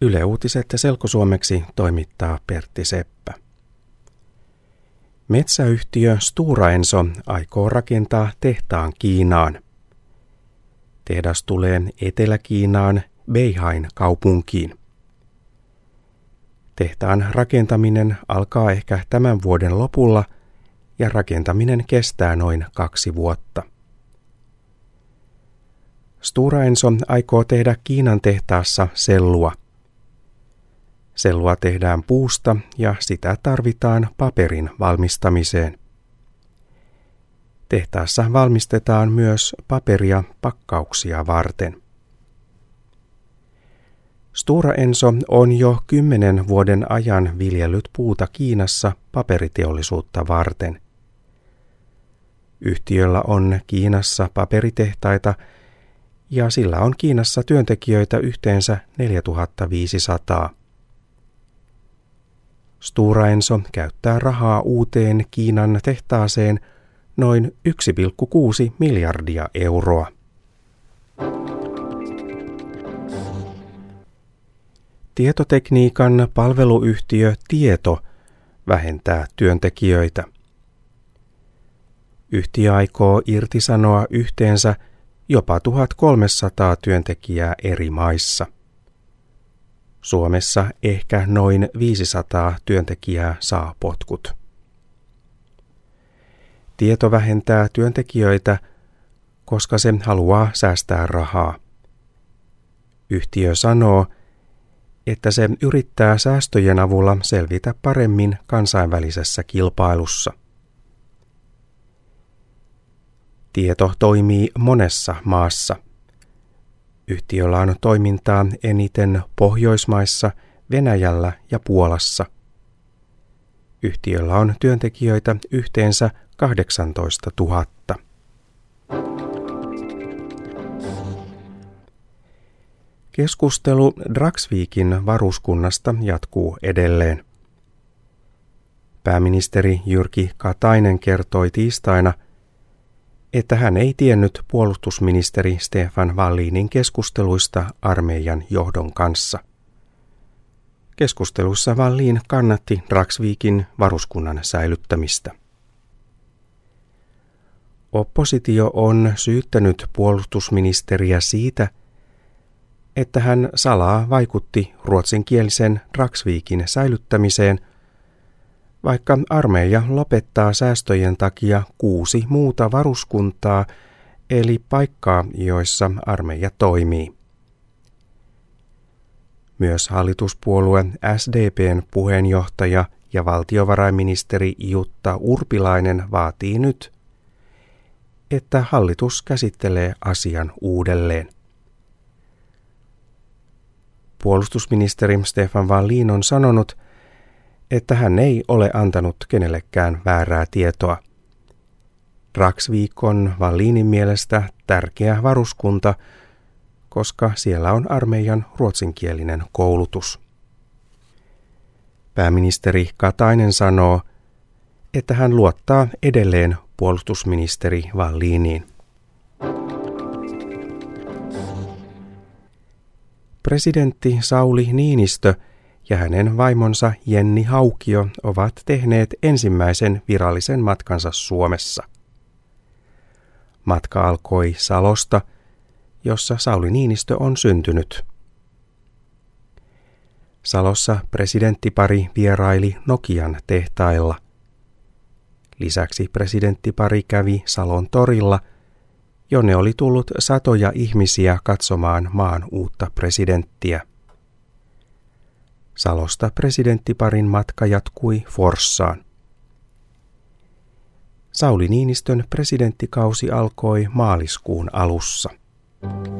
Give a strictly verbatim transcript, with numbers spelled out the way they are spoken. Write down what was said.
Yle Uutiset selkosuomeksi toimittaa Pertti Seppä. Metsäyhtiö Stora Enso aikoo rakentaa tehtaan Kiinaan. Tehdas tulee Etelä-Kiinaan Beihain kaupunkiin. Tehtaan rakentaminen alkaa ehkä tämän vuoden lopulla ja rakentaminen kestää noin kaksi vuotta. Stora Enso aikoo tehdä Kiinan tehtaassa sellua. Sellua tehdään puusta ja sitä tarvitaan paperin valmistamiseen. Tehtaassa valmistetaan myös paperia pakkauksia varten. Stora Enso on jo kymmenen vuoden ajan viljellyt puuta Kiinassa paperiteollisuutta varten. Yhtiöllä on Kiinassa paperitehtaita ja sillä on Kiinassa työntekijöitä yhteensä neljätuhatta viisisataa. Stora Enso käyttää rahaa uuteen Kiinan tehtaaseen noin yksi pilkku kuusi miljardia euroa. Tietotekniikan palveluyhtiö Tieto vähentää työntekijöitä. Yhtiö aikoo irtisanoa yhteensä jopa tuhatkolmesataa työntekijää eri maissa. Suomessa ehkä noin viisisataa työntekijää saa potkut. Tieto vähentää työntekijöitä, koska se haluaa säästää rahaa. Yhtiö sanoo, että se yrittää säästöjen avulla selvitä paremmin kansainvälisessä kilpailussa. Tieto toimii monessa maassa. Yhtiöllä on toimintaa eniten Pohjoismaissa, Venäjällä ja Puolassa. Yhtiöllä on työntekijöitä yhteensä kahdeksantoista tuhatta. Keskustelu Dragsvikin varuskunnasta jatkuu edelleen. Pääministeri Jyrki Katainen kertoi tiistaina, että hän ei tiennyt puolustusministeri Stefan Wallinin keskusteluista armeijan johdon kanssa. Keskustelussa Wallin kannatti Dragsvikin varuskunnan säilyttämistä. Oppositio on syyttänyt puolustusministeriä siitä, että hän salaa vaikutti ruotsinkielisen Dragsvikin säilyttämiseen, vaikka armeija lopettaa säästöjen takia kuusi muuta varuskuntaa, eli paikkaa, joissa armeija toimii. Myös hallituspuolue S D P:n puheenjohtaja ja valtiovarainministeri Jutta Urpilainen vaatii nyt, että hallitus käsittelee asian uudelleen. Puolustusministeri Stefan Wallin on sanonut, että hän ei ole antanut kenellekään väärää tietoa. Dragsvik on Wallinin mielestä tärkeä varuskunta, koska siellä on armeijan ruotsinkielinen koulutus. Pääministeri Katainen sanoo, että hän luottaa edelleen puolustusministeri Walliniin. Presidentti Sauli Niinistö ja hänen vaimonsa Jenni Haukio ovat tehneet ensimmäisen virallisen matkansa Suomessa. Matka alkoi Salosta, jossa Sauli Niinistö on syntynyt. Salossa presidenttipari vieraili Nokian tehtailla. Lisäksi presidenttipari kävi Salon torilla, jonne oli tullut satoja ihmisiä katsomaan maan uutta presidenttiä. Salosta presidenttiparin matka jatkui Forssaan. Sauli Niinistön presidenttikausi alkoi maaliskuun alussa.